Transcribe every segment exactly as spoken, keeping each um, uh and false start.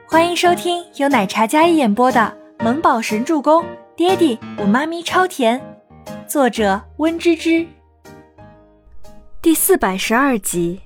欢迎收听由奶茶嘉一演播的《萌宝神助攻》，爹地我妈咪超甜，作者温芝芝。第四百十二集。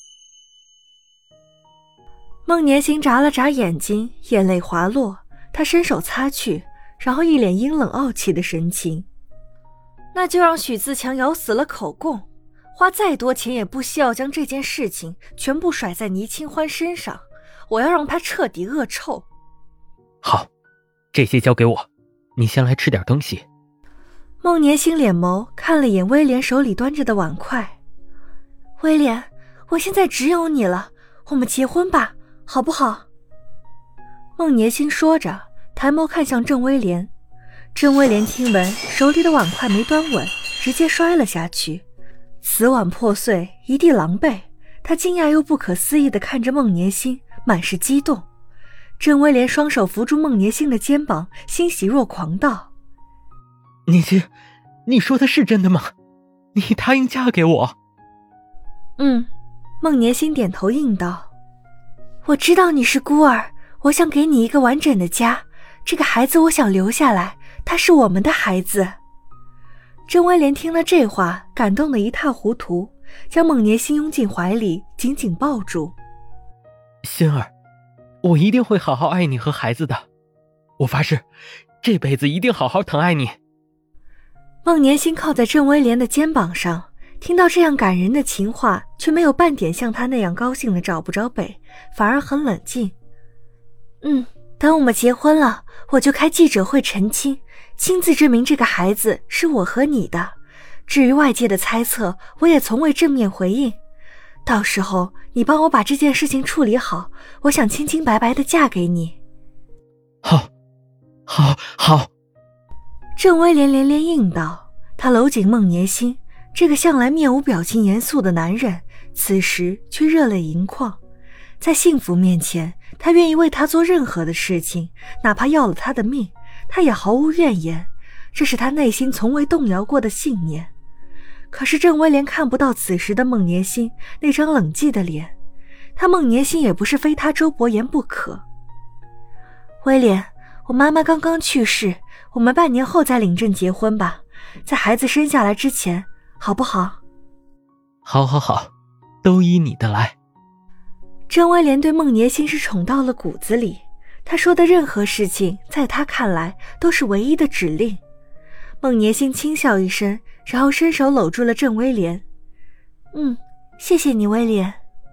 孟年星眨了眨眼睛，眼泪滑落，他伸手擦去，然后一脸阴冷傲气的神情。那就让许自强咬死了口供，花再多钱也不需要将这件事情全部甩在倪清欢身上，我要让他彻底恶臭。 好，这些交给我，你先来吃点东西。 孟年星脸眸看了眼威廉手里端着的碗筷。威廉，我现在只有你了，我们结婚吧，好不好？孟年星说着，抬眸看向郑威廉。郑威廉听闻，手里的碗筷没端稳，直接摔了下去，瓷碗破碎，一地狼狈。他惊讶又不可思议地看着孟年星，满是激动。郑威廉双手扶住孟年星的肩膀，欣喜若狂道： 年星，你说的是真的吗？你答应嫁给我？ 嗯，孟年星点头应道。我知道你是孤儿，我想给你一个完整的家，这个孩子我想留下来，他是我们的孩子。郑威廉听了这话，感动得一塌糊涂，将孟年星拥进怀里，紧紧抱住。 心儿，我一定会好好爱你和孩子的，我发誓，这辈子一定好好疼爱你。 孟年星靠在郑威廉的肩膀上，听到这样感人的情话，却没有半点像他那样高兴的找不着北，反而很冷静。嗯，等我们结婚了，我就开记者会澄清，亲自证明这个孩子是我和你的。至于外界的猜测，我也从未正面回应。到时候你帮我把这件事情处理好，我想清清白白地嫁给你。 好，好，好。 郑威廉连连应道，他搂紧孟年星，这个向来面无表情严肃的男人，此时却热泪盈眶。在幸福面前，他愿意为他做任何的事情，哪怕要了他的命，他也毫无怨言，这是他内心从未动摇过的信念。可是郑威廉看不到此时的孟年星那张冷寂的脸，他孟年星也不是非他周伯言不可。威廉，我妈妈刚刚去世，我们半年后再领证结婚吧，在孩子生下来之前，好不好？ 好好好，都依你的来。 郑威廉对孟年星是宠到了骨子里，他说的任何事情在他看来都是唯一的指令。孟年星轻笑一声，然后伸手搂住了郑威廉。嗯，谢谢你，威廉。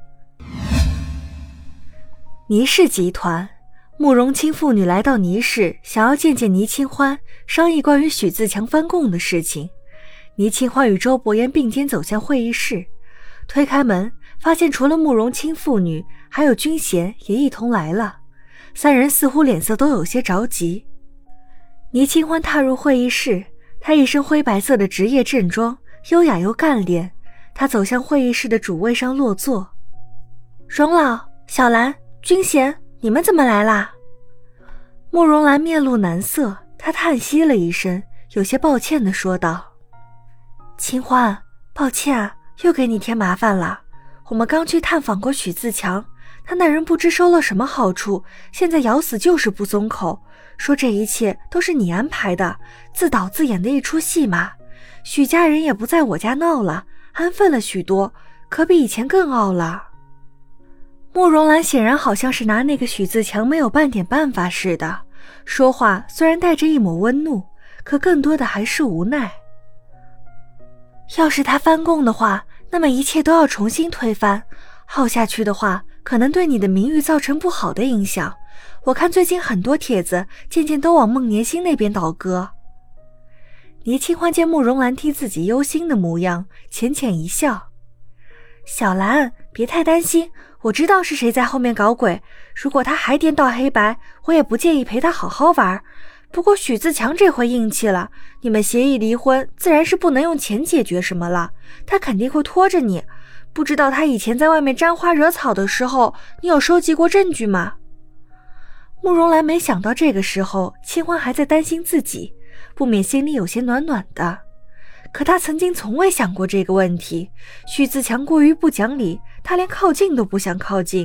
倪氏集团，慕容清父女来到倪氏，想要见见倪清欢，商议关于许自强翻供的事情。倪清欢与周伯言并肩走向会议室，推开门，发现除了慕容清父女，还有君贤也一同来了。三人似乎脸色都有些着急。倪清欢踏入会议室，她一身灰白色的职业正装，优雅又干练。她走向会议室的主位上落座。荣老、小兰、君贤，你们怎么来啦？慕容兰面露难色，她叹息了一声，有些抱歉地说道：清欢，抱歉啊，又给你添麻烦了。我们刚去探访过许自强，他那人不知收了什么好处，现在咬死就是不松口，说这一切都是你安排的，自导自演的一出戏嘛。许家人也不在我家闹了，安分了许多，可比以前更傲了。慕容兰显然好像是拿那个许自强没有半点办法似的，说话虽然带着一抹温怒，可更多的还是无奈。要是他翻供的话，那么一切都要重新推翻，耗下去的话，可能对你的名誉造成不好的影响。我看最近很多帖子渐渐都往孟年星那边倒戈。倪清欢见慕容兰替自己忧心的模样，浅浅一笑。小兰，别太担心，我知道是谁在后面搞鬼，如果他还颠倒黑白，我也不介意陪他好好玩。不过许自强这回硬气了，你们协议离婚，自然是不能用钱解决什么了，他肯定会拖着你。不知道他以前在外面沾花惹草的时候，你有收集过证据吗？慕容兰没想到这个时候清欢还在担心自己，不免心里有些暖暖的。可他曾经从未想过这个问题，许自强过于不讲理，他连靠近都不想靠近，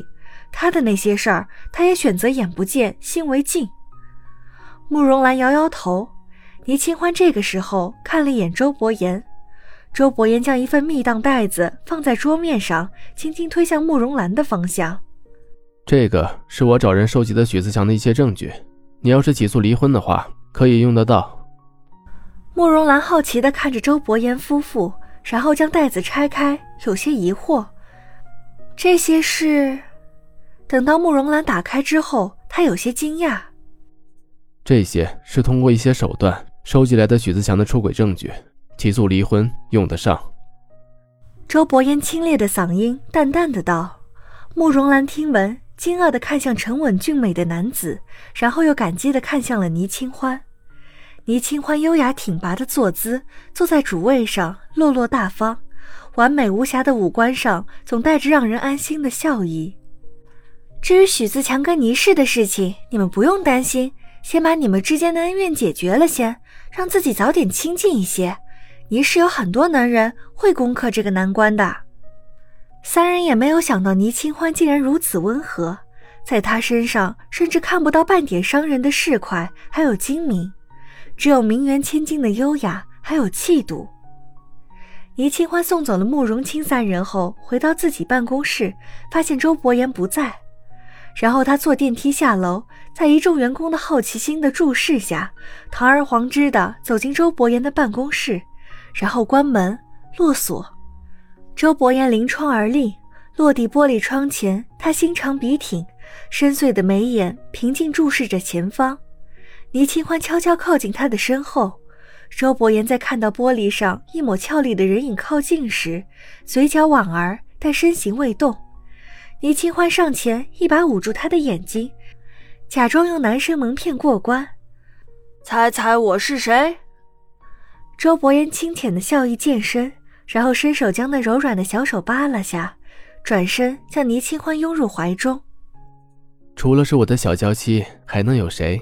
他的那些事儿，他也选择眼不见心为净。慕容兰摇摇头，倪清欢这个时候看了一眼周伯言，周伯言将一份密档袋子放在桌面上，轻轻推向慕容兰的方向。 这个是我找人收集的许自强的一些证据，你要是起诉离婚的话，可以用得到。 慕容兰好奇地看着周伯言夫妇，然后将袋子拆开，有些疑惑。这些是……等到慕容兰打开之后，她有些惊讶。 这些是通过一些手段收集来的许自强的出轨证据，起诉离婚用得上。 周伯言清冽的嗓音淡淡的道。慕容兰听闻，惊愕地看向沉稳俊美的男子，然后又感激地看向了倪清欢。倪清欢优雅挺拔的坐姿，坐在主位上，落落大方，完美无瑕的五官上总带着让人安心的笑意。至于许自强跟倪氏的事情，你们不用担心，先把你们之间的恩怨解决了先，让自己早点清静一些。倪氏有很多能人会攻克这个难关的。三人也没有想到倪清欢竟然如此温和，在他身上甚至看不到半点伤人的市侩还有精明，只有名媛千金的优雅还有气度。倪清欢送走了慕容清三人后，回到自己办公室，发现周伯言不在。然后他坐电梯下楼，在一众员工的好奇心的注视下，堂而皇之地走进周伯言的办公室，然后关门落锁。周伯言临窗而立，落地玻璃窗前，他心长笔挺，深邃的眉眼平静注视着前方。倪清欢悄悄靠近他的身后，周伯言在看到玻璃上一抹俏丽的人影靠近时，嘴角莞尔，但身形未动。倪清欢上前一把捂住他的眼睛，假装用男生蒙骗过关。猜猜我是谁？周伯言清浅的笑意渐深，然后伸手将那柔软的小手扒了下，转身将倪清欢拥入怀中。 除了是我的小娇妻，还能有谁？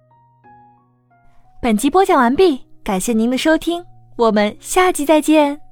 本集播讲完毕，感谢您的收听，我们下集再见。